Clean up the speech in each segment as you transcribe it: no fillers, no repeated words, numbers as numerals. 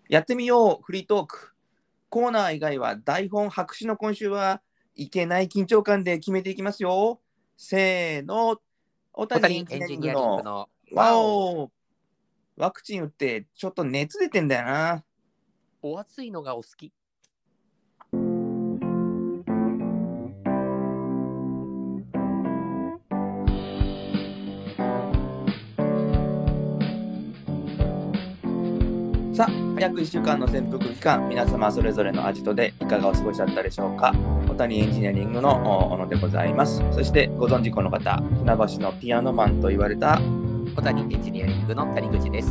やってみようフリートーク。コーナー以外は台本白紙の今週はいけない緊張感で決めていきますよ。せーの。小小谷エン谷エンジジニアリングニアリングののワワオ。 オワクチン打ってちょっと熱出てんだよな。 お熱いのがお好き。 さあ、約1週間の潜伏期間、皆様それぞれのアジトでいかがお過ごしだったでしょうか。小谷エンジニアリングの小野でございます。そしてご存知この方、船橋のピアノマンと言われた小谷エンジニアリングの谷口です。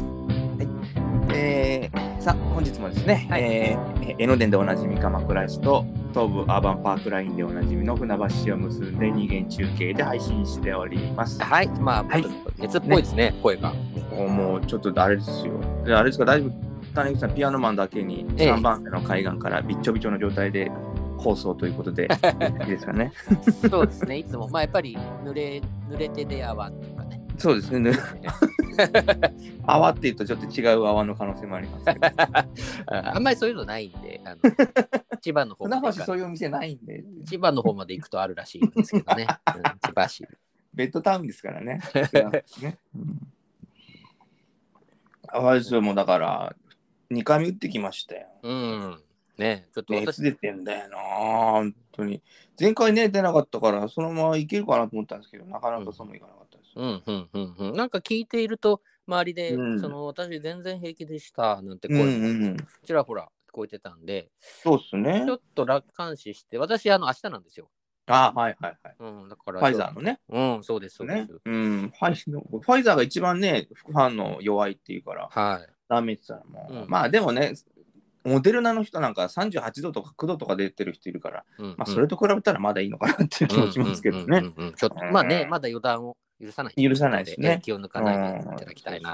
さあ本日もですね、 はい江ノ電でおなじみ鎌倉市と東武アーバンパークラインでおなじみの船橋市を結んで二元中継で配信しております。 はい、まあ、 はい熱っぽいですね、声が。 もうちょっとあれですよ。であれですか、大丈夫、谷口さん、ピアノマンだけに3番手の海岸からびっちょびちょの状態で放送ということでいいですかね。 そうですね、いつも、まあやっぱり濡れてで泡っていうかね。 そうですね。泡っていうとちょっと違う泡の可能性もありますけど。 あんまりそういうのないんで、千葉の方まで船橋そういうお店ないんで。 千葉の方まで行くとあるらしいんですけどね。千葉市。 ベッドタウンですからね。ね、あれですよ、もうだから2回目打ってきましたよ。 ね、ちょっと熱出てんだよな、本当に。前回ね、出なかったから、そのままいけるかなと思ったんですけど、なかなかそうもいかなかったです。 なんか聞いていると、周りで、私全然平気でしたなんて声もちらほら聞こえてたんで、 そうっすね。 ちょっと楽観視して、私、明日なんですよ。 はいはいはい。 だからファイザーのね。 そうです、そうです。 ファイザーが一番ね、副反応弱いっていうから、 はい。 ダメって言ったらもう、まあでもね、モデルナの人なんか38度とか9度とか出てる人いるから、まあそれと比べたらまだいいのかなっていう気もしますけどね。 ちょっと、まあね、まだ予断を許さない。 許さないですね。 気を抜かないでいただきたいな。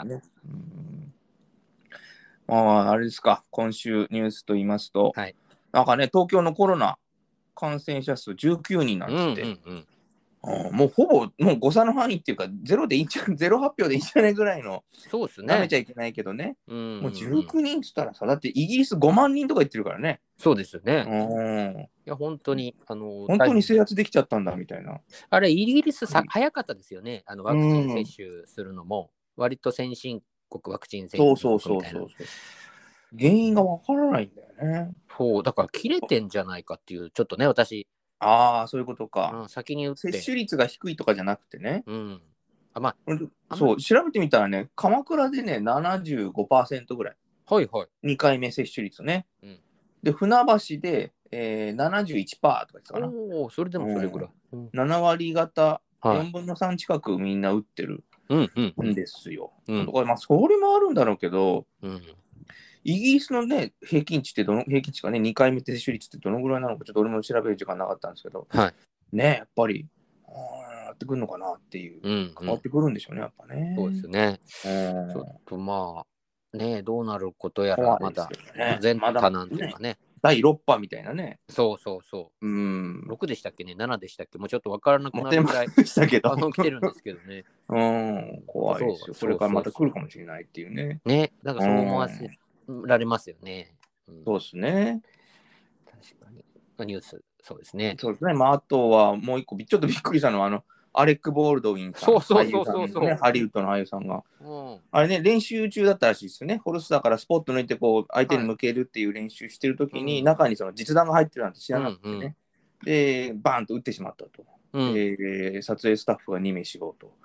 あれですか、今週ニュースと言いますと、なんかね、東京のコロナ感染者数19人なんですって。もうほぼもう誤差の範囲っていうか、ゼロでいいんじゃゼロ発表でいいんじゃないぐらいの、 そうですね。 なめちゃいけないけどね。もう19人っつったらさ、だってイギリス5万人とか言ってるからね。 そうですよね。いや、本当に、 本当に制圧できちゃったんだみたいな。 あれ、イギリス早かったですよね。ワクチン接種するのも、割と先進国ワクチン接種みたいな。 原因がわからないんだよね。 そう、だから切れてんじゃないかっていう、ちょっとね、私。 そういうことか。 先に打って。 接種率が低いとかじゃなくてね。そう、調べてみたらね、鎌倉でね、75% ぐらい。2回目接種率ね。で、船橋で、71%とか言ってたかな。 それでもそれぐらい。 7割方、4分の3近くみんな打ってるんですよ。だからまあ、それもあるんだろうけど、イギリスのね、平均値って平均値かね、2回目接種率ってどのぐらいなのか、ちょっと俺も調べる時間なかったんですけど、ね、やっぱり、やってくるのかなっていう、変わってくるんでしょうね、やっぱね。 そうですね。ちょっとまあ、ね、どうなることやら、まだ、前多難というかね。 第6波みたいなね。 そう。6でしたっけね、7でしたっけ、もうちょっと分からなくなるぐらい来てるんですけどね。 怖いですよ。これからまた来るかもしれないっていうね。 ね、なんかそう思わせられますよね。 そうですね。 確かに。ニュース、そうですね。 そうですね。まあ、あとはもう一個、ちょっとびっくりしたのは、アレック・ボールドウィンさん。ハリウッドの俳優さんが。あれね、練習中だったらしいですよね。ホルスターからスポット抜いて、こう、相手に向けるっていう練習してるときに、中にその実弾が入ってるなんて知らなくてね。で、バーンと撃ってしまったと。撮影スタッフが2名死亡と。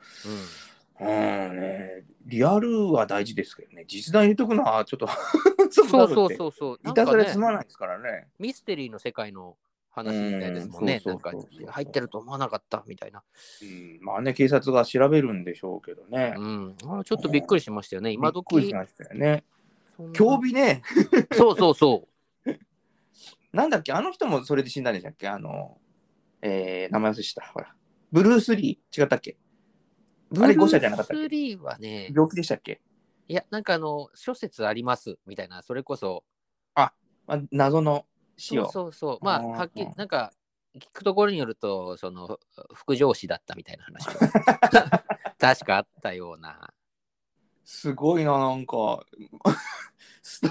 リアルは大事ですけどね、実弾入れとくのはちょっとそう。 いたずら済まないですからね。 ミステリーの世界の話みたいですもんね。なんか入ってると思わなかったみたいな。 まあね、警察が調べるんでしょうけどね。 ちょっとびっくりしましたよね。今時。 びっくりしましたよね。競技ね。 そう。 なんだっけ、あの人もそれで死んだんでしたっけ、名前忘れした。ほら。ブルース・リー違ったっけ。あれ誤射じゃなかったっけ。 ブルース・リーはね、 病気でしたっけ。 いや、なんか諸説ありますみたいな、それこそ。 謎の死を。 そう。まあ、はっきり、なんか、聞くところによると、副上司だったみたいな話も確かあったような。 すごいな、なんかス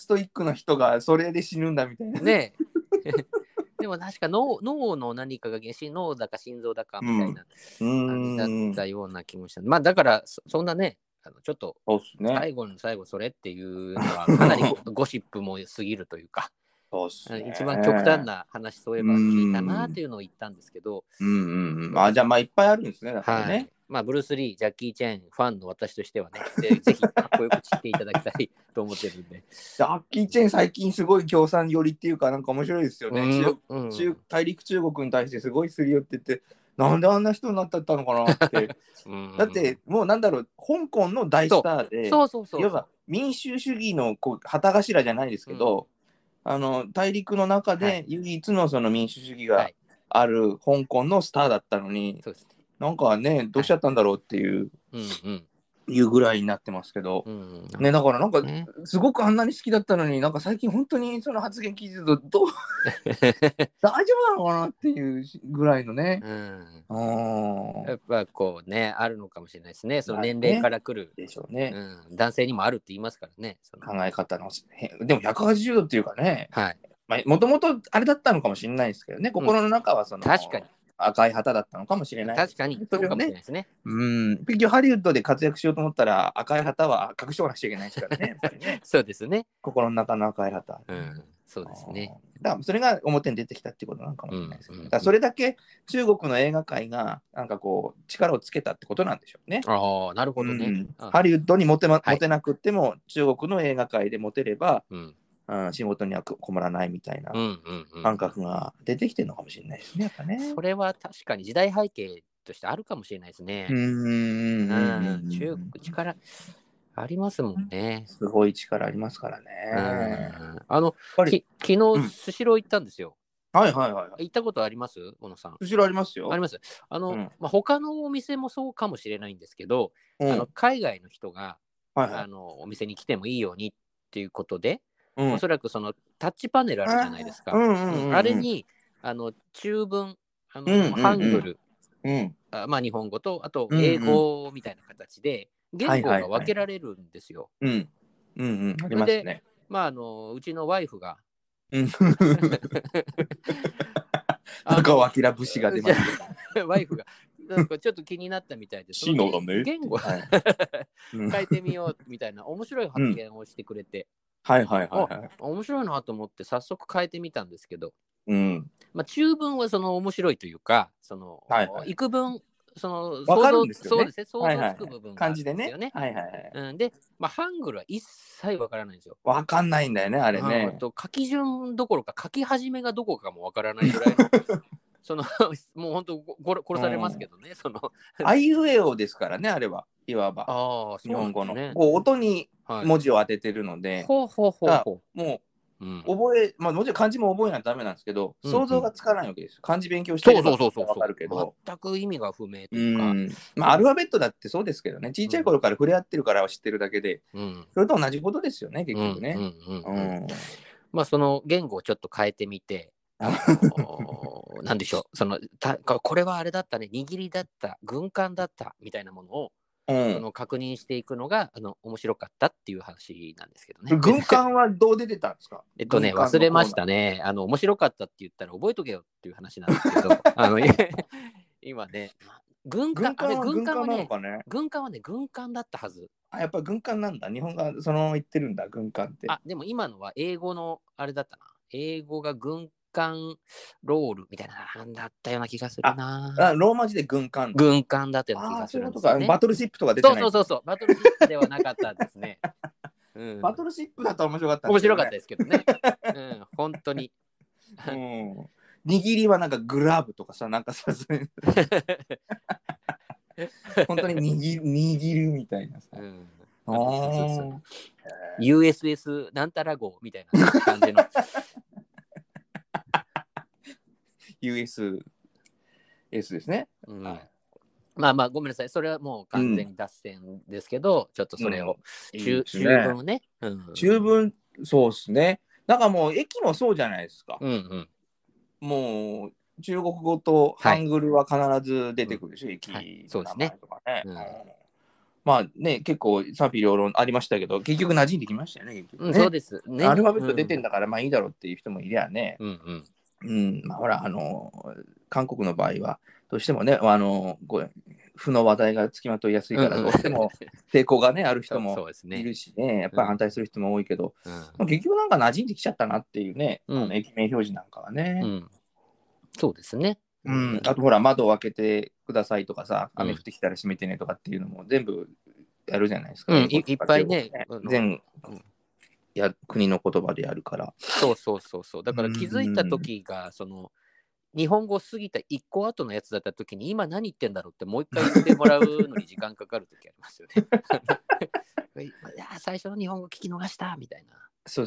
トイックな人がそれで死ぬんだみたいな。 ねでも確か脳の何かが脳だか心臓だかみたいな感じだったような気もした。まあだからそんなね、ちょっと最後の最後それっていうのはかなりゴシップも過ぎるというか、 そうっすね、 一番極端な話そういえば聞いたなっていうのを言ったんですけど、 じゃあまあいっぱいあるんですね、だからね。 はい、まあブルース・リー、ジャッキー・チェンファンの私としてはね、ぜひかっこよく知っていただきたいと思ってるんで。 ジャッキー・チェン最近すごい共産寄りっていうかなんか面白いですよね。大陸中国に対してすごいすり寄ってて、なんであんな人になっちゃったのかなって。だってもうなんだろう、香港の大スターで、いわば民主主義の旗頭じゃないですけど、大陸の中で唯一のその民主主義がある香港のスターだったのに、なんかね、どうしちゃったんだろうっていう、いうぐらいになってますけど、ね、だからなんかすごくあんなに好きだったのに、なんか最近本当にその発言聞いてると大丈夫なのかなっていうぐらいのね、 やっぱこうねあるのかもしれないですね。その年齢から来るでしょうね。 男性にもあるって言いますからね。 考え方のでも180度っていうかね、もともとあれだったのかもしれないですけどね、心の中はその確かに赤い旗だったのかもしれない。 確かにそうかもしれないですね。 結局ハリウッドで活躍しようと思ったら赤い旗は隠しとかなくちゃいけないですからね。やっぱりねそうですね。 心の中の赤い旗。 そうですね。 だからそれが表に出てきたっていうことなのかもしれないですけど、だからそれだけ中国の映画界がなんかこう力をつけたってことなんでしょうね。 ああ、なるほどね。 ハリウッドにモテなくっても、中国の映画界でモテれば、仕事には困らないみたいな感覚が出てきてるのかもしれないですね。やっぱね。 それは確かに時代背景としてあるかもしれないですね。中国力ありますもんね。 すごい力ありますからね。 昨日スシロー行ったんですよ。 行ったことあります小野さん。 スシローありますよ。 あります。他のお店もそうかもしれないんですけど、海外の人がお店に来てもいいようにっていうことで、おそらくそのタッチパネルあるじゃないですか。あれに中文、ハングル、日本語とあと英語みたいな形で言語が分けられるんですよ。 ありますね。 うちのワイフが中尾明節が出ました。 ワイフがなんかちょっと気になったみたいで、 言語変えてみようみたいな面白い発言をしてくれて、面白いなと思って早速変えてみたんですけど、中文はその面白いというか、その幾分その分かるんですよね。 そうですね、想像つく部分があるんですよね。で、ハングルは一切分からないんですよ。 分かんないんだよね、あれね。 書き順どころか書き始めがどこかも分からないぐらいのそのもう本当殺されますけどね。 あいうえおですからね、あれは。いわば。日本語の。こう音に文字を当ててるので、もうもちろん漢字も覚えないとダメなんですけど、想像がつかないわけですよ。漢字勉強してれば分かるけど。 全く意味が不明というか。アルファベットだってそうですけどね、小さい頃から触れ合ってるから知ってるだけで、それと同じことですよね、結局ね。 その言語をちょっと変えてみて、なんでしょう、これはあれだったね、握りだった、軍艦だったみたいなものを確認していくのが面白かったっていう話なんですけどね。 軍艦はどう出てたんですか？ 忘れましたね。面白かったって言ったら覚えとけよっていう話なんですけど、今ね、軍艦はね、軍艦だったはず。 やっぱ軍艦なんだ。日本がそのまま言ってるんだ、軍艦って。 でも今のは英語のあれだったな。英語が軍艦ロールみたいななんだったような気がするな。 ローマ字で軍艦だったような気がするんですよね。 バトルシップとか出てない。 そうバトルシップではなかったですね。 バトルシップだと面白かった。 面白かったですけどね。本当に。 握りはなんかグラブとかさ、なんかさ、本当に握るみたいなさ。 USS なんたら号みたいな感じの。 US ですね。 ごめんなさい。それはもう完全に脱線ですけど、ちょっとそれを中文ね。 中文、そうですね。なんかもう駅もそうじゃないですか。もう中国語とハングルは必ず出てくるでしょ、駅の名前とかね。 まあね、結構賛否両論ありましたけど、結局馴染んできましたよね、結局ね。 そうですね。 アルファベット出てんだから、まあいいだろうっていう人もいりゃね。まあほら、韓国の場合は、どうしてもね、負の話題がつきまといやすいから、どうしても抵抗がね、ある人もいるしね、やっぱり反対する人も多いけど、結局なんか馴染んできちゃったなっていうね、駅名表示なんかはね。 そうですね。 あとほら、窓を開けてくださいとかさ、雨降ってきたら閉めてねとかっていうのも全部やるじゃないですか。 いっぱいね。 全国の言葉でやるから。 そう。だから気づいた時が、日本語過ぎた1個後のやつだった時に、今何言ってんだろうってもう一回言ってもらうのに時間かかる時ありますよね。いや最初の日本語聞き逃したみたいな。 そう。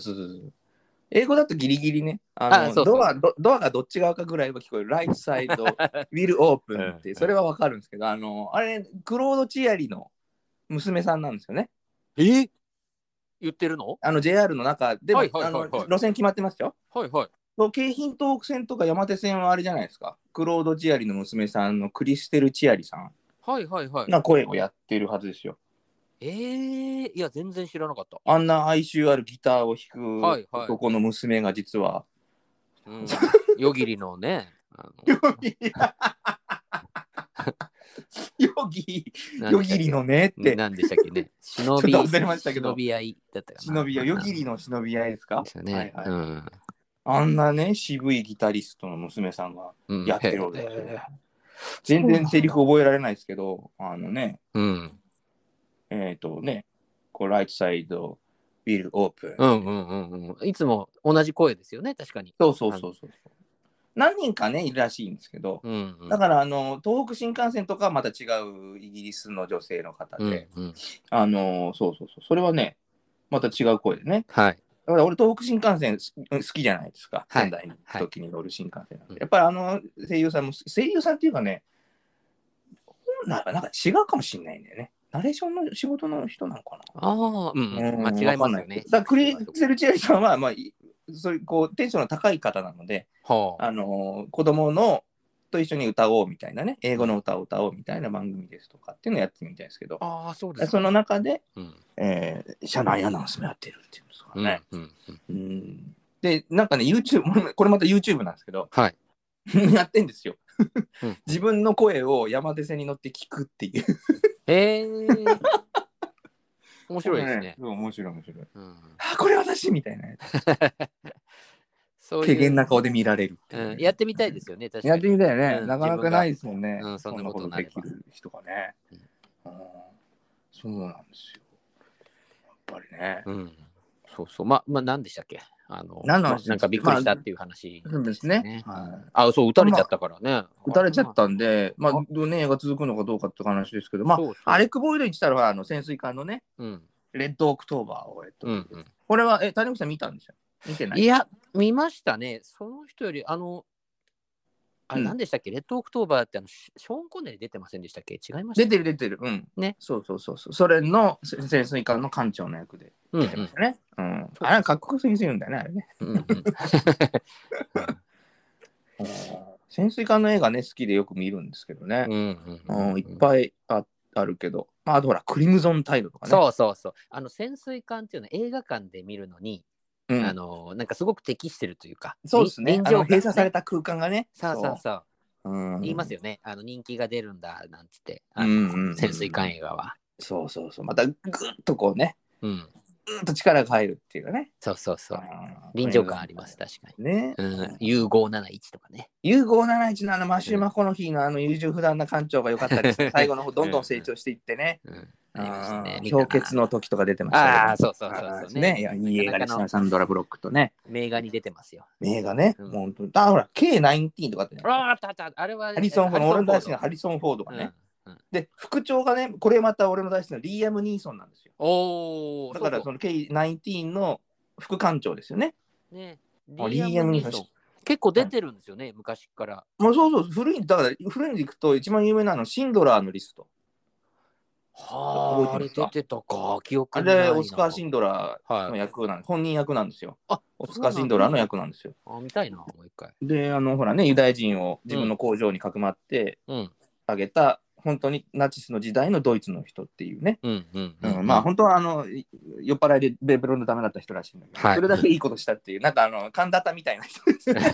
英語だとギリギリね、ドアがどっち側かぐらいは聞こえる。ライトサイド、ウィルオープンって、それはわかるんですけど、あれ、クロード・チアリの娘さんなんですよね。 言ってるの JR の中でも、路線決まってますよ。京浜東北線とか山手線はあれじゃないですか。クロード・チアリの娘さんのクリステル・チアリさんが声をやってるはずですよ。 いや、全然知らなかった。 あんな哀愁あるギターを弾く男の娘が実は。 夜霧のね。 夜霧のねって。 何でしたっけね。忍び合いだったかな。 夜霧の忍び合いですか。あんなね、渋いギタリストの娘さんがやってるわけですよ。全然セリフ覚えられないですけど、ライトサイド、ビルオープン。いつも同じ声ですよね、確かに。 そう。何人かね、いるらしいんですけど、だから東北新幹線とかはまた違うイギリスの女性の方で、それはね、また違う声でね。だから俺、東北新幹線好きじゃないですか、仙台に行く時に乗る新幹線なんで。やっぱり声優さんっていうかね、なんか違うかもしれないんだよね。ナレーションの仕事の人なのかな。 間違いますよね。 クリステル・チアリさんは、まあ、そういうテンションの高い方なので、子供と一緒に歌おうみたいなね、英語の歌を歌おうみたいな番組ですとかっていうのをやってみたいですけど、その中で、車内アナウンスもやってるっていうんですからね。で、なんかね、YouTube、これまた YouTube なんですけど、やってんですよ。自分の声を山手線に乗って聞くっていう。 面白いですね。 面白い。これ私みたいなやつ。軽減な顔で見られるっていう。 やってみたいですよね、確かに。 やってみたいよね。なかなかないですもんね。 そんなことできる人がね。そうなんですよ。やっぱりね。 そう。まあ、何でしたっけ。なんかびっくりしたっていう話ですね。 そう、撃たれちゃったからね。 撃たれちゃったんで、まあ、映画続くのかどうかって話ですけど、まあ、アレック・ボイド言ってたら、潜水艦のね、レッドオクトーバーをこれは、谷口さん見たんですよ。見てない？ いや、見ましたね。その人より、何でしたっけ、レッドオクトーバーってショーン・コネリ出てませんでしたっけ？違いました？ 出てる。ね。そう。それの潜水艦の艦長の役で出てましたね。あれかっこよすぎるんだよね、あれね。潜水艦の映画ね、好きでよく見るんですけどね。いっぱいあるけど。あとほら、クリムゾンタイドとかね。 そう。潜水艦っていうのは映画館で見るのに、なんかすごく適してるというか、 そうですね。閉鎖された空間がね。 そう。言いますよね。人気が出るんだなんつって、潜水艦映画は。 そう。またぐっとこうね。ぐっと力が入るっていうかね。 そう。臨場感あります、確かに。 ね。 U571 とかね。 U571 のマシュー・マコノヒーの優柔不断な艦長が良かったです。最後の方、どんどん成長していってね。氷結の時とか出てましたけど。そうね。いい映画でした。サンドラ・ブロックとね。 名画に出てますよ。 名画ね。本当に。ほら、K-19 とかってね。 あれはハリソン・フォード、俺の大好きなハリソン・フォードがね。で、副長がね、これまた俺の大好きなリーアム・ニーソンなんですよ。だからその K-19 の副艦長ですよね。 リーアム・ニーソン。結構出てるんですよね、昔から。 そう。古いのでいくと一番有名なのシンドラーのリスト。 あれ出てたか、記憶にないな。あれ、オスカー・シンドラーの役本人役なんですよ。オスカー・シンドラーの役なんですよ。 見たいな、もう一回。 で、ほらね、ユダヤ人を自分の工場にかくまってあげた本当にナチスの時代のドイツの人っていうね。まあ本当は酔っ払いでベロのダメだった人らしいんだけど、それだけいいことしたっていう、なんか神田田みたいな人ですよね。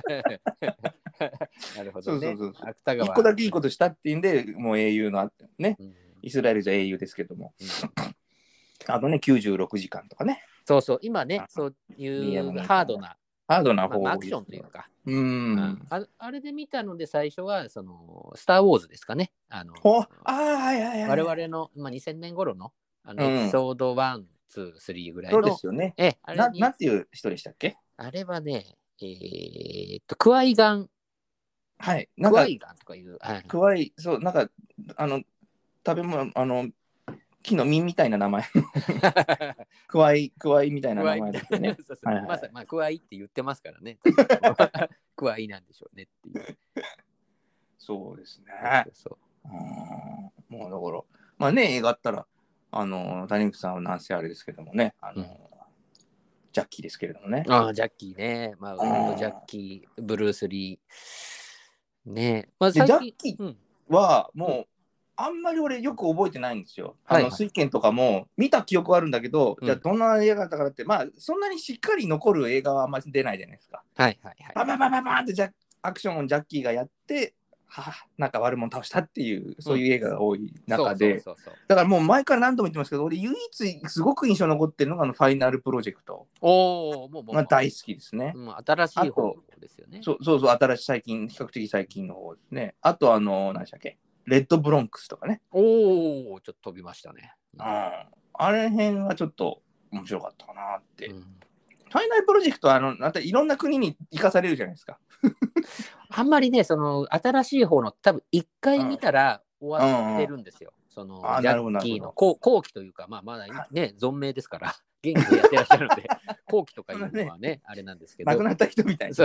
なるほどね。 一個だけいいことしたっていうんで、もう英雄のね、イスラエルじゃ英雄ですけども。あとね、96時間とかね。 そうそう、今ね、そういうハードな方アクションというか。あれで見たので最初はスター・ウォーズですかね。我々の、2000年頃のエピソード1、2、3ぐらいの。 そうですよね。なんていう人でしたっけ？ あれはね、クワイガン。 はい。 クワイガンとかいう。 そう、なんか、食べ物、木の実みたいな名前。クワイみたいな名前ですよね。 まあ、クワイって言ってますからね。クワイなんでしょうねっていう。 そうですね。もうだから、まあね、映画あったら、谷口さんはなんせあれですけどもね、ジャッキーですけれどもね。 ジャッキーね。まあ、ジャッキー、ブルース・リー。ね。 まあ、ジャッキーはもう、あんまり俺よく覚えてないんですよ。水拳とかも見た記憶はあるんだけど、じゃあどんな映画だからって、まあそんなにしっかり残る映画はあんまり出ないじゃないですか。バンってアクションをジャッキーがやって、なんか悪者倒したっていう、そういう映画が多い中で、だからもう前から何度も言ってますけど、俺唯一すごく印象残ってるのがファイナルプロジェクトが大好きですね。 新しい方ですよね。 そう、新しい比較的最近の方ですね。あと何でしたっけ？レッドブロンクスとかね。 ちょっと飛びましたね。 あれ辺はちょっと面白かったかなって。ファイナルプロジェクトはいろんな国に生かされるじゃないですか。 あんまりね、新しい方の多分1回見たら終わってるんですよ。ジャッキーの後期というか、まだね、存命ですから、元気でやってらっしゃるので、後期とかいうのはね、あれなんですけど。 亡くなった人みたいな。 そう。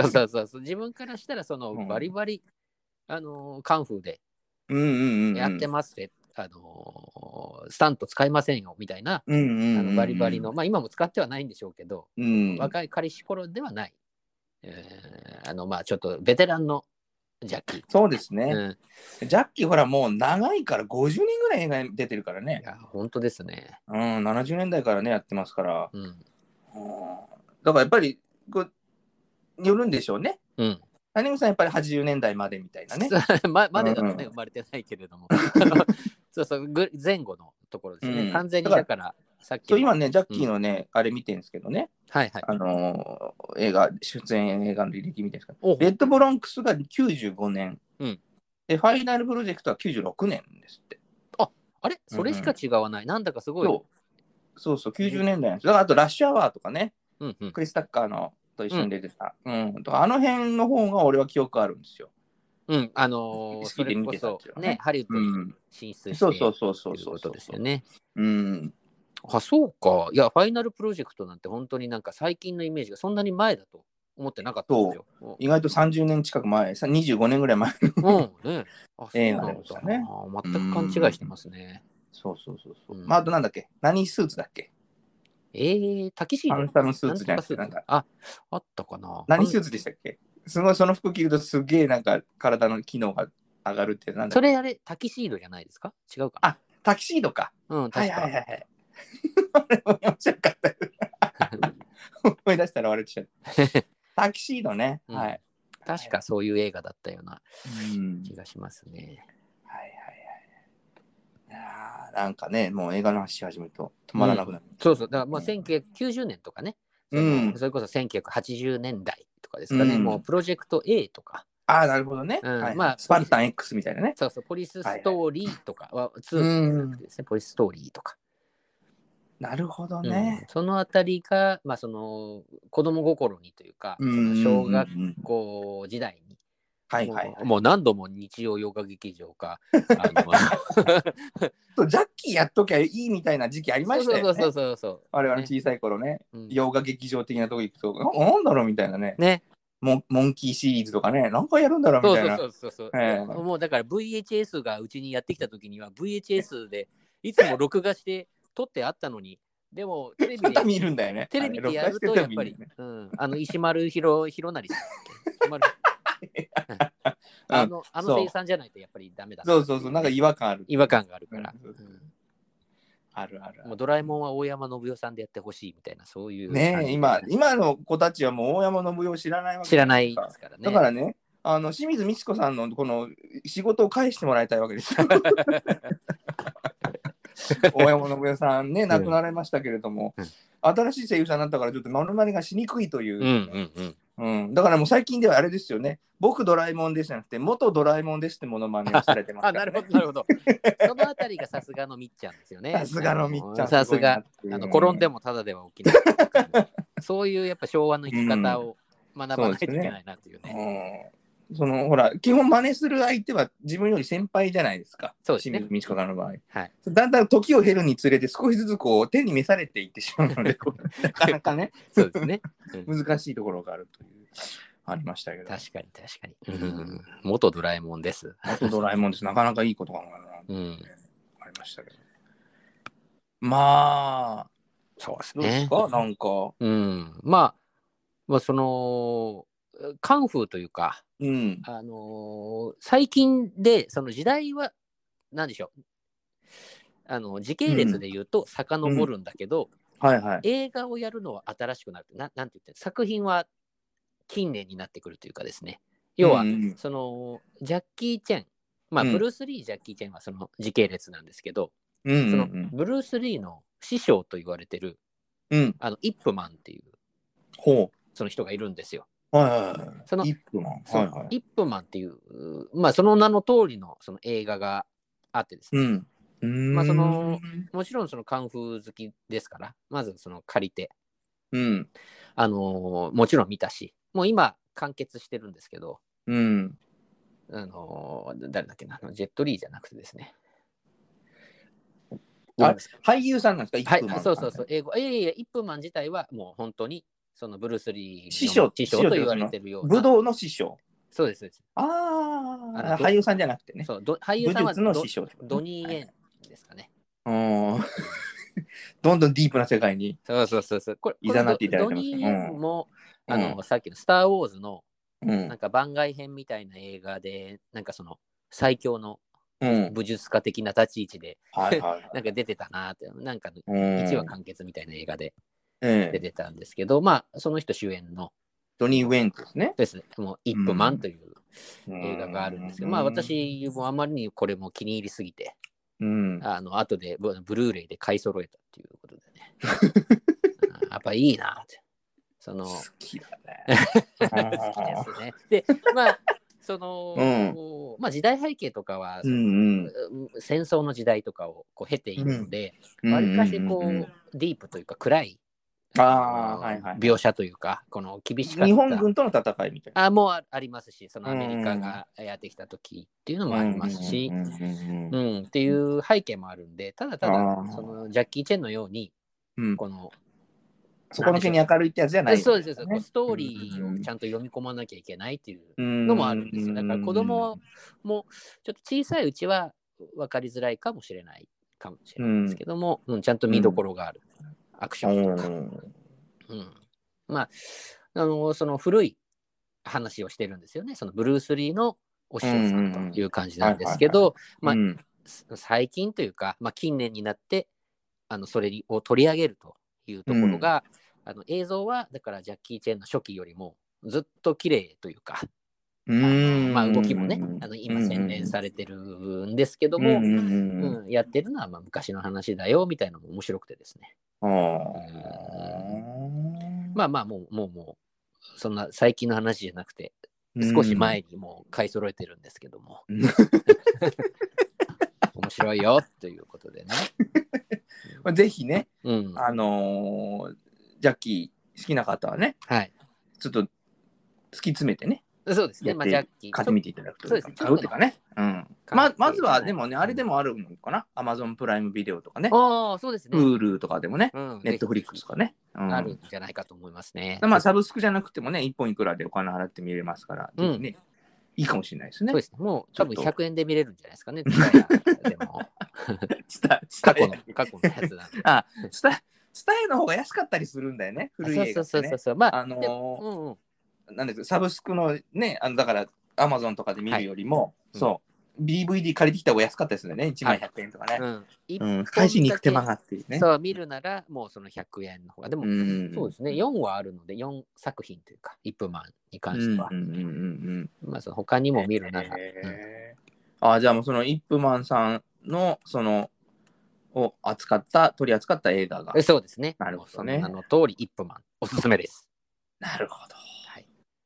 自分からしたら、バリバリ、カンフーで、やってますって、スタント使いませんよみたいな、バリバリの、今も使ってはないんでしょうけど、若い彼氏頃ではない、ちょっとベテランのジャッキー。 そうですね。ジャッキーほらもう長いから50年ぐらい映画に出てるからね。 いや、本当ですね。 70年代からね、やってますから。だからやっぱり、よるんでしょうね。谷口さんやっぱり80年代までみたいなね。 までだとね、生まれてないけれども。前後のところですね。完全にだからさっき今ね、ジャッキーのね、あれ見てるんですけどね。映画、出演映画の履歴見てるんですけど、レッドブロンクスが95年。で、ファイナルプロジェクトは96年ですって。 あれそれしか違わない。なんだかすごい。 そう、90年代なんです。だからあとラッシュアワーとかね、クリス・タッカーのと一緒に出てた。あの辺の方が俺は記憶あるんですよ。 それこそね、ハリウッドに進出してということですよね。そうか。いや、ファイナルプロジェクトなんて本当になんか最近のイメージがそんなに前だと思ってなかったんですよ。 意外と30年近く前、25年ぐらい前の映画でしたね。 全く勘違いしてますね。 そう。あとなんだっけ？何スーツだっけ？ タキシード。 パンサーのスーツじゃなくてなんか。 あったかな。 何スーツでしたっけ？すごいその服着るとすげえなんか体の機能が上がるってなんだっけ？ それあれ、タキシードじゃないですか？違うかな。 タキシードか。 確か。 はい。あれ面白かった。思い出したら笑っちゃう。タキシードね。 確かそういう映画だったような気がしますね。 なんかね、もう映画の話し始めると止まらなくなる。 そう。だからまあ1990年とかね、それこそ1980年代とかですかね、もうプロジェクト A とか。 なるほどね。スパルタン X みたいなね。 そう、ポリスストーリーとかは2ですね、ポリスストーリーとか。 なるほどね。 そのあたりが、子供心にというか、小学校時代に、もう何度も日曜洋画劇場か。 ジャッキーやっときゃいいみたいな時期ありましたよね。 そう。 我々小さい頃ね、洋画劇場的なとこ行くと、なんだろうみたいなね。モンキーシリーズとかね、何回やるんだろうみたいな。 そう。もうだから VHS がうちにやってきたときには、VHS でいつも録画して撮ってあったのに、でもテレビで見るんだよね。 テレビでやるとやっぱり、石丸ひろなりさん声優さんじゃないとやっぱりダメだ、 そうそうそう、なんか違和感ある。 違和感があるから。 あるある。 もうドラえもんは大山信代さんでやってほしいみたいな、そういう。 ねえ、今の子たちはもう大山信代を知らないわけ知らないですからね。 だからね、清水美智子さんのこの仕事を返してもらいたいわけですよ。大山信代さんね、亡くなられましたけれども、新しい声優さんになったからちょっとモノマネがしにくいという。だからもう最近ではあれですよね、僕ドラえもんですじゃなくて、元ドラえもんですってモノマネをされてますから、ね。 なるほど、なるほど。そのあたりがさすがのみっちゃんですよね。 さすがのみっちゃん。 さすが、転んでもただでは起きない。そういうやっぱ昭和の生き方を学ばないといけないなっていうね。 ほら、基本真似する相手は自分より先輩じゃないですか。 そうですね。 清水美智子さんの場合。 はい。 だんだん時を経るにつれて少しずつこう手に召されていってしまうので、なかなかね、 そうですね。 難しいところがあるという。ありましたけど。 確かに。元ドラえもんです。 元ドラえもんです。なかなかいいことかな。ありましたけど。まあ、 そうですね。 どうですかなんか。 まあ、その、カンフーというか、最近で、その時代は、なんでしょう。時系列で言うと遡るんだけど、映画をやるのは新しくなる。なんて言って作品は近年になってくるというかですね。要は、そのジャッキー・チェン、ブルース・リー、ジャッキー・チェンはその時系列なんですけど、そのブルース・リーの師匠と言われてる、イップマンっていうその人がいるんですよ。そのイップマンっていう、その名の通りのその映画があってですね。もちろんそのカンフー好きですから、まずその借りて、もちろん見たし、もう今完結してるんですけど、誰だっけな、ジェットリーじゃなくてですね。 俳優さんなんですか、イップマン。 そう、英語。イップマン自体はもう本当にそのブルース・リーの師匠と言われてるような。 武道の師匠。 そうです。 俳優さんじゃなくてね。 俳優さんはの師匠、 ドニー・エンですかね。 どんどんディープな世界にいざなっていただいてます。ドニー・エンも、さっきのスター・ウォーズのなんか番外編みたいな映画で、なんかその最強の武術家的な立ち位置で、なんか出てたなって、なんか1話完結みたいな映画で出てたんですけど、その人主演のドニー・ウェンですね。 ですね。もうイップマンという映画があるんですけど、私もあまりにこれも気に入りすぎて、後でブルーレイで買い揃えたっていうことでね。やっぱいいなって。好きだね。 好きですね。で、時代背景とかは、戦争の時代とかをこう経ているので、わりかしこうディープというか暗い描写というか、この厳しかった日本軍との戦いみたいな。 もうありますし、そのアメリカがやってきた時っていうのもありますし、っていう背景もあるんで、ただそのジャッキー・チェンのように、このそこの気に明るいってやつじゃない、 そうです。ストーリーをちゃんと読み込まなきゃいけないっていうのもあるんですよ。だから子供もちょっと小さいうちは分かりづらいかもしれないですけども、ちゃんと見どころがある、アクションとか。その古い話をしてるんですよね。そのブルース・リーのお師匠さんという感じなんですけど、最近というか、近年になってそれを取り上げるというところが、映像はだからジャッキー・チェンの初期よりもずっと綺麗というか、動きもね今洗練されてるんですけども、やってるのは昔の話だよみたいなのも面白くてですね。もうそんな最近の話じゃなくて少し前にもう買い揃えてるんですけども面白いよということでね。 ぜひね、ジャッキー好きな方はね、ちょっと突き詰めてね、 そうですね、 ジャッキー買ってみていただくというか、買うっていうかね、まずはでもね、あれでもあるのかな、Amazon プライムビデオとかね、 そうですね、 Hulu とかでもね、Netflix とかね、 あるんじゃないかと思いますね。 サブスクじゃなくてもね、1本いくらでお金払って見れますから、ぜひね、いいかもしれないですね。 そうですね、もう多分100円で見れるんじゃないですかね、でも。過去のやつなんで。 スタイの方が安かったりするんだよね、古い映画ってね。 なんですサブスクのね、だから、アマゾンとかで見るよりも、そう、DVD 借りてきた方が安かったですよね、1枚100円とかね。返しに行く手間がっていうね。 そう、見るなら、もうその100円の方が。でも、そうですね、4はあるので、4作品というか、イップマンに関しては。まあ、その他にも見るなら。 じゃあもうそのイップマンさんの、を取り扱った映画が。 そうですね。 なるほどね。 その名の通り、イップマン、おすすめです。 なるほど。はい。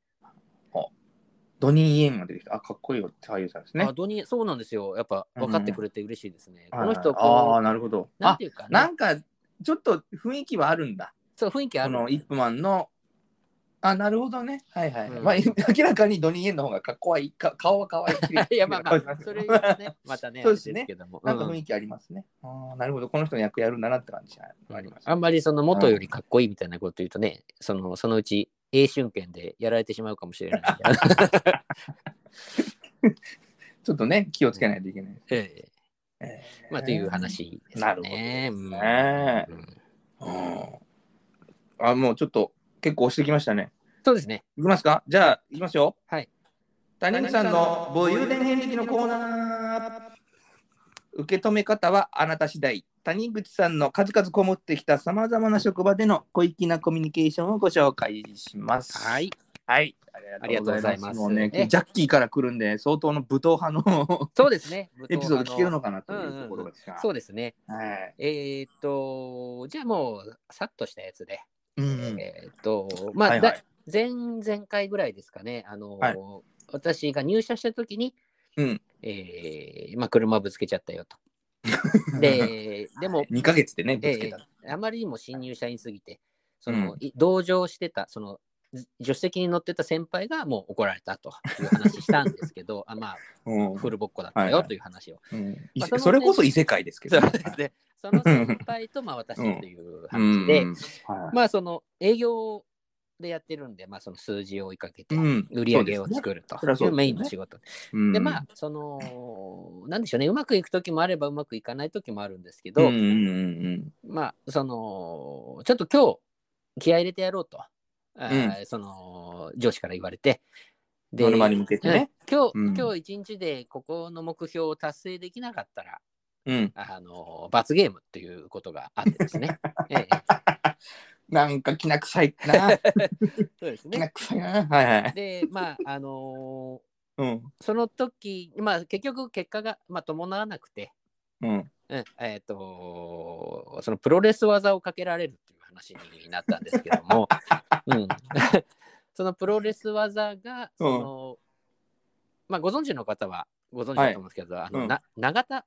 ドニー・イエンが出てきた。かっこいいよって俳優さんですね。 ドニー、そうなんですよ。やっぱ分かってくれて嬉しいですね。この人、 なるほど。 なんていうかね。 なんか、ちょっと雰囲気はあるんだ。 そう、雰囲気ある。 このイップマンの、なるほどね。はいはい。まあ、明らかにドニー・イエンの方が顔は可愛い。 いや、まあ、それはね、またね、 そうですね。なんか雰囲気ありますね。なるほど。この人の役やるんだなって感じがあります。 あんまりその元よりかっこいいみたいなこと言うとね、そのうち、英春拳でやられてしまうかもしれない。 ちょっとね、気をつけないといけない。 まあ、という話ですね。 なるほど。もうちょっと結構押してきましたね。 そうですね。 いきますか？じゃあ、いきますよ。 はい。 谷口さんの武勇伝遍歴のコーナー。受け止め方はあなた次第。谷口さんの数々こもってきたさまざまな職場での小粋なコミュニケーションをご紹介します。 はい。 はい。ありがとうございます。もうね、ジャッキーから来るんで、相当の武闘派のそうですね。 エピソード聞けるのかなというところですが。 そうですね。じゃあもう、さっとしたやつで。まあ、前々回ぐらいですかね。私が入社した時に、まあ、車ぶつけちゃったよと。でも、 2ヶ月でね、ぶつけた。 あまりにも新入社員すぎて、同乗してた、助手席に乗ってた先輩がもう怒られたという話したんですけど、まあ、フルボッコだったよという話を。 それこそ異世界ですけど。 その先輩と私という話で、まあ、その営業でやってるんで、まあ、その数字を追いかけて売り上げを作るというメインの仕事。で、まあ、なんでしょうね、うまくいく時もあればうまくいかない時もあるんですけど、まあ、ちょっと今日気合い入れてやろうと。その上司から言われて、 で、ノルマに向けてね、 今日一日でここの目標を達成できなかったら、罰ゲームっていうことがあってですね。 なんかきな臭いな。 そうですね。 きな臭いな。 で、まあその時、まあ結局結果が伴わなくて、そのプロレス技をかけられるっていう話になったんですけども、そのプロレス技がまあ、ご存知の方はご存知だと思うんですけど、永田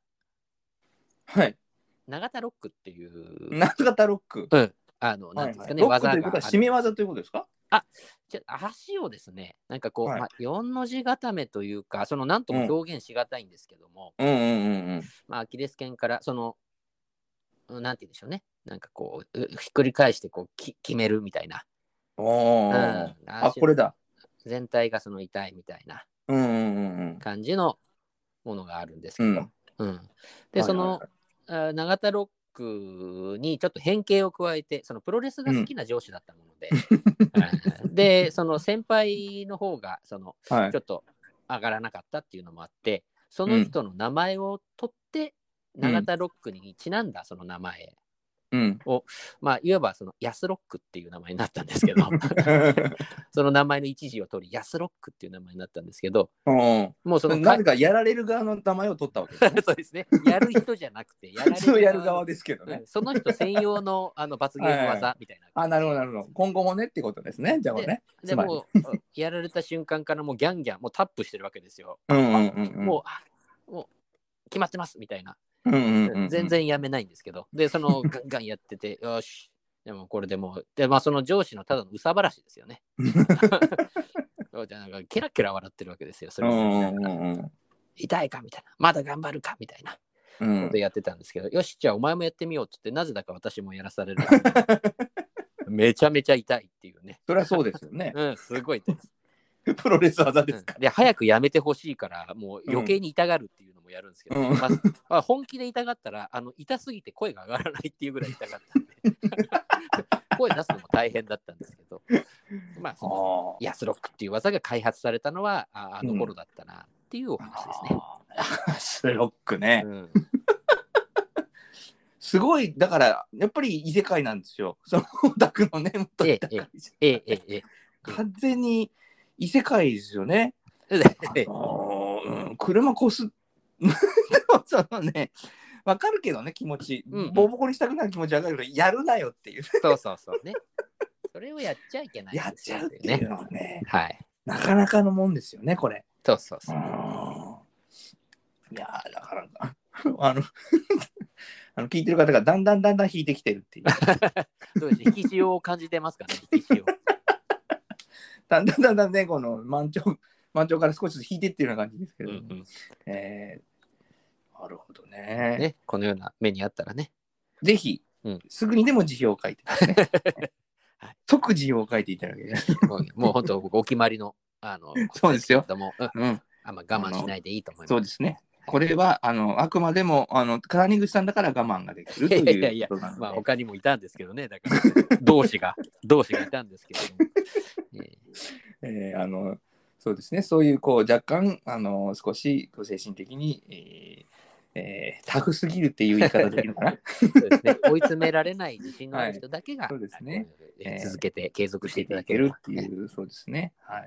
ロックっていう。 永田ロック。 なんですかね、 技が。ということは締め技ということですか？ 足をですね、なんかこう、4の字固めというか、なんとも表現しがたいんですけども、まあ、アキレス腱から、なんて言うんでしょうね、なんかこう、ひっくり返してこう決めるみたいな。 これだ。 全体が痛いみたいな感じのものがあるんですけど、で、永田ロックにちょっと変形を加えて、プロレスが好きな上司だったもので、で、先輩の方がちょっと上がらなかったっていうのもあって、その人の名前を取って、永田ロックにちなんだその名前を、まあ、いわばヤスロックっていう名前になったんですけど、その名前の一字を取り、ヤスロックっていう名前になったんですけど、 もうなぜかやられる側の名前を取ったわけですね。 そうですね。やる人じゃなくて、 普通やる側ですけどね。 その人専用の罰ゲーム技みたいな。 なるほど、なるほど。今後もねってことですね。じゃあね。 でもやられた瞬間からもうギャンギャン、もうタップしてるわけですよ。もう決まってますみたいな。全然やめないんですけど、で、ガンガンやってて、よし、でもこれでもう、で、まあ、その上司のただのうさばらしですよね。じゃなんかケラケラ笑ってるわけですよ。それ痛いかみたいな、まだ頑張るかみたいなことやってたんですけど、よし、じゃあお前もやってみようって言って、なぜだか私もやらされる。めちゃめちゃ痛いっていうね。 そりゃそうですよね。 すごい痛いです。 プロレス技ですか。 で、早くやめてほしいから、もう余計に痛がるっていうのもやるんですけど、本気で痛がったら、痛すぎて声が上がらないっていうぐらい痛かったんで、声出すのも大変だったんですけど、 まあそのヤスロックっていう技が開発されたのはあの頃だったなっていうお話ですね。 ヤスロックね。すごい、だからやっぱり異世界なんですよ。そのオタクのね、完全に異世界ですよね。車こすそのね、わかるけどね、気持ち、ボコボコにしたくなる気持ちわかるけど、やるなよっていう。 そうね。それをやっちゃいけない、 やっちゃうっていうのはね、 はい。 なかなかのもんですよね、これ。 そう。 いやだから聞いてる方がだんだん引いてきてるっていう。 そうですね、引き潮を感じてますかね、引き潮。 だんだんね、この満潮から少しずつ引いてっていうような感じですけど、なるほどね。 このような目にあったらね。 ぜひ、すぐにでも辞表を書いて、即辞表を書いていただける。 もう本当、お決まりの、 そうですよ。 あんま我慢しないでいいと思います。 そうですね。これはあくまでも谷口さんだから我慢ができるということなので。 他にもいたんですけどね、だから同志がいたんですけどそうですね、そういう若干少し精神的に、タフすぎるっていう言い方できるのかな。 そうですね、追い詰められない自信のある人だけが、 そうですね、 続けて継続していただけるっていう、そうですね。はい。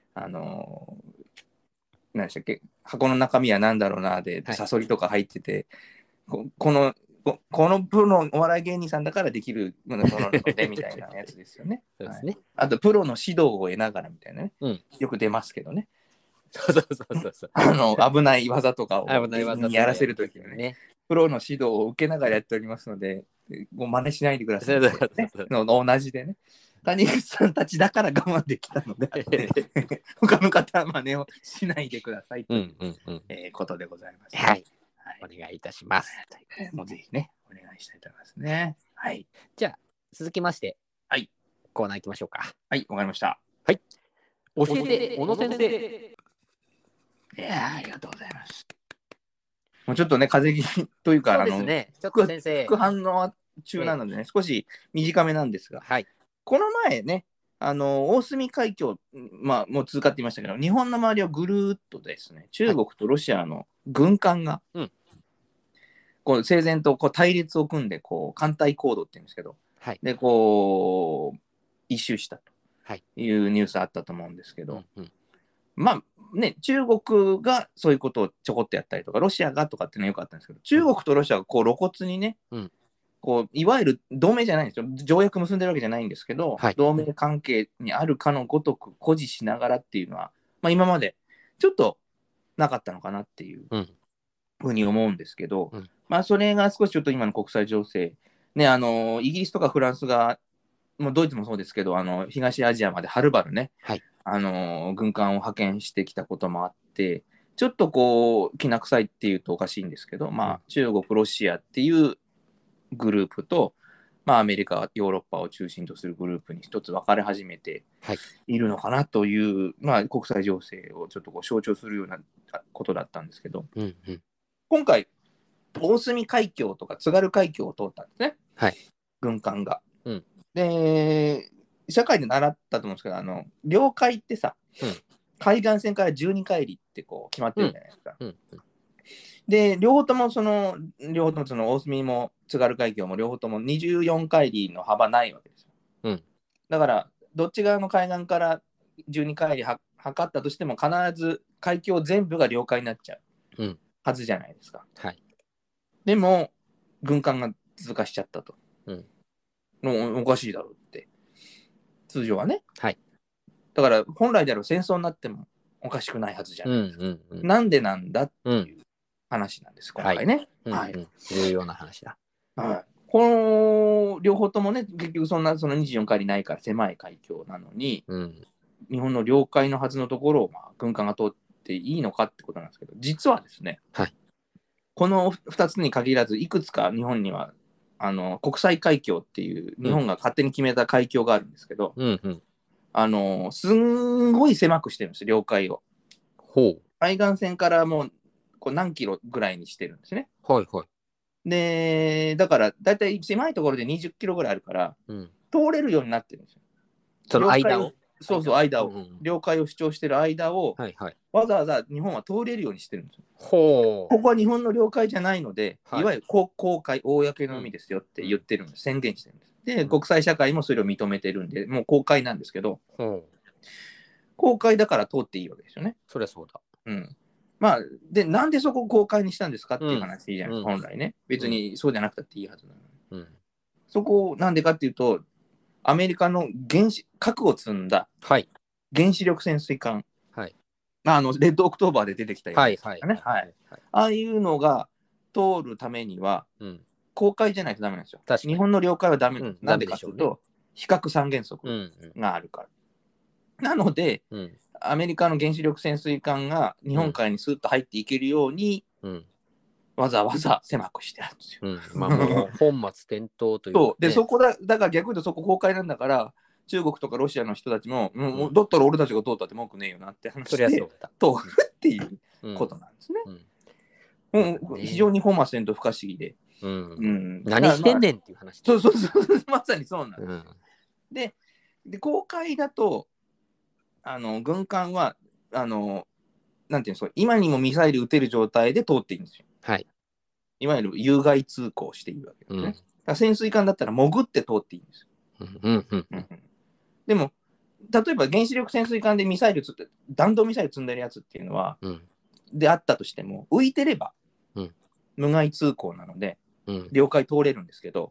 何でしたっけ、箱の中身は何だろうなで、サソリとか入ってて、このプロのお笑い芸人さんだからできるものなのでみたいなやつですよね。 そうですね。 あとプロの指導を得ながらみたいなね、よく出ますけどね。 そう危ない技とかをやらせるときはね、プロの指導を受けながらやっておりますので、もう真似しないでください、同じでね。谷口さんたちだから我慢できたので、他の方は真似をしないでくださいということでございます。 はい。お願いいたします。 もうぜひね、お願いしたいと思いますね。はい。 じゃあ、続きまして、 はい。 コーナー行きましょうか。 はい、わかりました。 はい。教えて、小野先生。 いやありがとうございます。もうちょっとね、風邪気味というか、 そうですね、ちょっと先生。 副反応中なのでね、少し短めなんですが、この前ね、大隅海峡、もう通過って言いましたけど、日本の周りをぐるーっとですね、中国とロシアの軍艦が、こう整然と対立を組んで、艦隊行動って言うんですけど、で、一周したというニュースあったと思うんですけど、中国がそういうことをちょこっとやったりとか、ロシアがとかっていうのはよくあったんですけど、中国とロシアが露骨にね、いわゆる同盟じゃないんですよ。条約結んでるわけじゃないんですけど、同盟関係にあるかのごとく誇示しながらっていうのは、今までちょっとなかったのかなっていうふうに思うんですけど、それが少しちょっと今の国際情勢、ね、イギリスとかフランスが、もうドイツもそうですけど、東アジアまではるばるね、軍艦を派遣してきたこともあって、ちょっときな臭いっていうとおかしいんですけど、中国、ロシアっていうグループと、アメリカ、ヨーロッパを中心とするグループに一つ分かれ始めているのかなという、国際情勢をちょっと象徴するようなことだったんですけど、今回、大隅海峡とか津軽海峡を通ったんですね、軍艦が。で、社会で習ったと思うんですけど、領海ってさ、海岸線から12海里って決まってるじゃないですか。で、両方ともその大隅も津軽海峡も両方とも24海里の幅ないわけですよ。だから、どっち側の海岸から12海里測ったとしても、必ず海峡全部が領海になっちゃうはずじゃないですか。でも、軍艦が通過しちゃったと。おかしいだろうって。通常はね。だから、本来であれば戦争になってもおかしくないはずじゃないですか。なんでなんだっていう話なんです、今回ね。 重要な話だ。 この両方ともね、結局その24海里ないから狭い海峡なのに、日本の領海のはずのところを軍艦が通っていいのかってことなんですけど、実はですね、この2つに限らず、いくつか日本には国際海峡っていう日本が勝手に決めた海峡があるんですけど、すんごい狭くしてるんですよ、領海を。海岸線からもう何キロぐらいにしてるんですね。で、だからだいたい狭いところで20キロぐらいあるから、通れるようになってるんですよ。 その間をそうそう、間を、領海を主張してる間を、わざわざ日本は通れるようにしてるんですよ。ここは日本の領海じゃないので、いわゆる公海、公の海ですよって言ってるんです、宣言してるんです。で、国際社会もそれを認めてるんで、もう公海なんですけど、公海だから通っていいわけですよね。 そりゃそうだ。 まあ、で、なんでそこを公海にしたんですかっていう話じゃないですか、本来ね。別にそうじゃなくたっていいはずなのに。そこをなんでかっていうと、アメリカの核を積んだ原子力潜水艦、レッドオクトーバーで出てきたやつですかね。ああいうのが通るためには、公海じゃないとダメなんですよ。日本の領海はダメなんです。なんでかっていうと、非核三原則があるから。なので、アメリカの原子力潜水艦が日本海にスーッと入っていけるように、わざわざ狭くしてあるんですよ。 まあもう本末転倒というか、 そうで、そこだから逆に言うとそこ公海なんだから、中国とかロシアの人たちも、だったら俺たちが通ったって文句ねえよなって話で通るっていうことなんですね。非常に本末転倒不可思議で。 何してんねんっていう話。 そう、まさにそうなんです。で、公海だと、軍艦は、なんていうんですか、今にもミサイル撃てる状態で通っていいんですよ。いわゆる有害通行していいわけですね。だから潜水艦だったら潜って通っていいんですよ。でも、例えば原子力潜水艦でミサイル弾道ミサイル積んでるやつっていうのは、であったとしても、浮いてれば無害通行なので、領海通れるんですけど、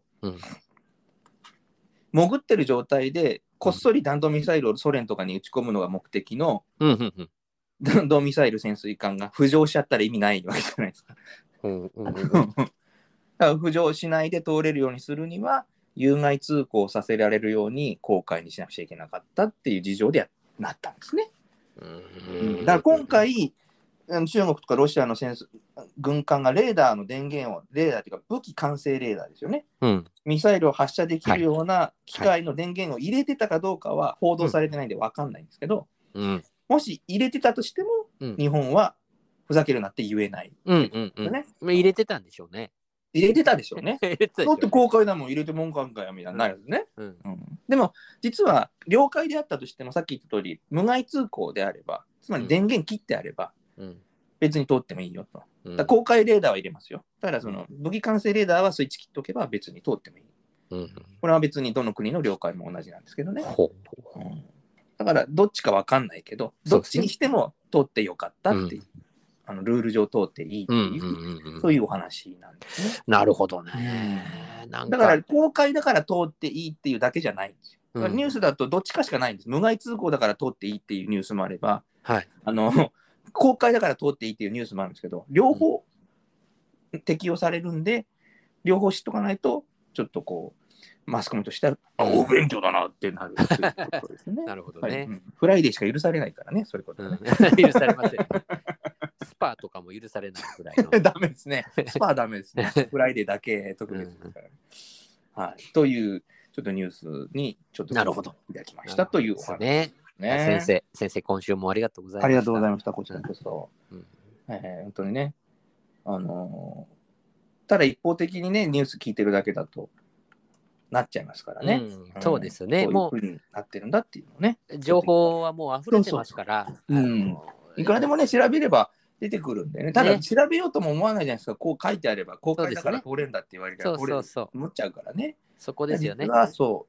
潜ってる状態でこっそり弾道ミサイルをソ連とかに撃ち込むのが目的の弾道ミサイル潜水艦が浮上しちゃったら意味ないわけじゃないですか。だから浮上しないで通れるようにするには有害通行させられるように公海にしなくちゃいけなかったっていう事情でなったんですね。だから今回中国とかロシアの軍艦がレーダーの電源をレーダーというか武器管制レーダーですよね、ミサイルを発射できるような機械の電源を入れてたかどうかは報道されてないんで分かんないんですけど、もし入れてたとしても、日本はふざけるなって言えない、 入れてたんでしょうね。 入れてたでしょうね。だって公海だもん入れてもんかんかやみたいになるんですね。でも実は領海であったとしてもさっき言った通り無害通行であれば、つまり電源切ってあれば、別に通ってもいいよと。だ公海レーダーは入れますよ。ただその武器管制レーダーはスイッチ切っておけば別に通ってもいい。これは別にどの国の領海も同じなんですけどね。だからどっちか分かんないけど、どっちにしても通ってよかったっていう、ルール上通っていいっていう、そういうお話なんですね。 なるほどね。 だから公海だから通っていいっていうだけじゃないんですよ。ニュースだとどっちかしかないんです。無害通行だから通っていいっていうニュースもあれば、公海だから通っていいっていうニュースもあるんですけど、両方適用されるんで、両方知っとかないと、ちょっとこう、マスコミとしては、お勉強だなってなるっていうことですね。 なるほどね、 フライデーしか許されないからね、そういうことね。 許されません。スパとかも許されないぐらいの。 ダメですね。スパはダメですね。フライデーだけ特別ですからね。という、ちょっとニュースにちょっといただきましたというお話ですね。先生、今週もありがとうございました。 ありがとうございました、こちらこそ。本当にね、ただ一方的にね、ニュース聞いてるだけだと、なっちゃいますからね。 そうですね。 もうこういうふうになってるんだっていうのね。 情報はもう溢れてますから。 いくらでもね、調べれば出てくるんでね。ただ、調べようとも思わないじゃないですか。こう書いてあれば、公開だから通れんだって言われたら、思っちゃうからね。 そこですよね。 そう、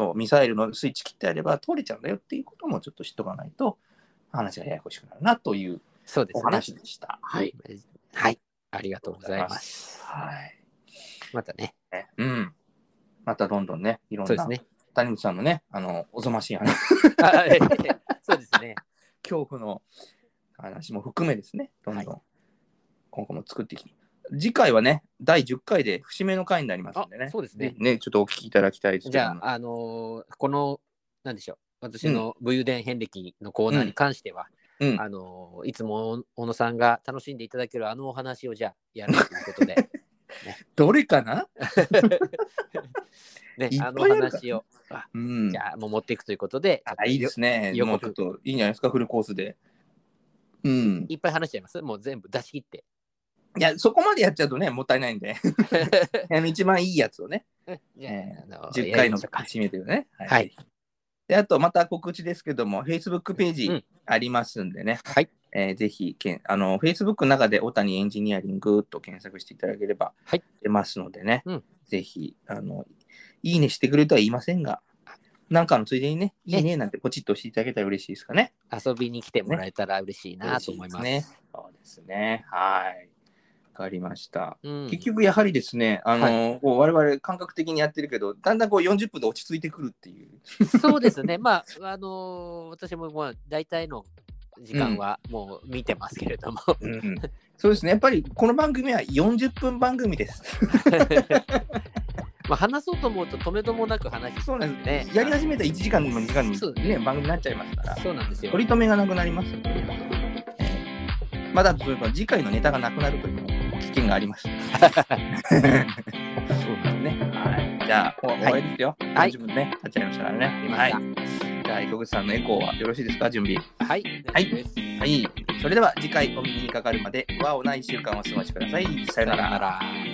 ミサイルのスイッチ切ってあれば通れちゃうんだよっていうこともちょっと知っとかないと、話がややこしくなるなというお話でした。 はい。ありがとうございます。またね。 またどんどんね、いろんな、谷口さんのね、おぞましい話。 そうですね。 恐怖の話も含めですね、どんどん今後も作っていき、次回はね、第10回で節目の回になりますんでね。 そうですね。 ちょっとお聞きいただきたいですけど。 じゃあ、この、なんでしょう、私の武勇伝遍歴のコーナーに関しては、いつも小野さんが楽しんでいただけるお話をじゃあやるということで。 どれかなね、話を、じゃあもう持っていくということで、 いいですね。もうちょっといいんじゃないですか、フルコースで。 いっぱい話しちゃいます。もう全部出し切って。 いや、そこまでやっちゃうとね、もったいないんで。一番いいやつをね。10回の節目というね。 はい。 で、あとまた告知ですけども、Facebook ページありますんでね。 はい。 ぜひFacebook の中で小谷エンジニアリングと検索していただければ出ますのでね。ぜひ、いいねしてくれるとは言いませんが、なんかのついでにね、いいねなんてポチッと押していただけたら嬉しいですかね。 遊びに来てもらえたら嬉しいなと思います。ね、 そうですね。はい。わかりました。結局やはりですね、我々感覚的にやってるけど、だんだん40分で落ち着いてくるっていう。 そうですね。まあ、私も大体の時間はもう見てますけれども。 そうですね。やっぱりこの番組は40分番組です。 まあ話そうと思うと止めどもなく話して、 そうなんですね。やり始めたら1時間も2時間もね、番組になっちゃいますから。 そうなんですよ。 取り留めがなくなりますので。まだそういえば次回のネタがなくなるという危険があります。そうですね。はい。じゃあ、終わりですよ。自分ね、立っちゃいましたからね。はい。じゃあ、磯口さんのエコーはよろしいですか、準備。 はい。 はい。はい。それでは次回お耳にかかるまで、和をない1週間をお過ごしください。さよなら。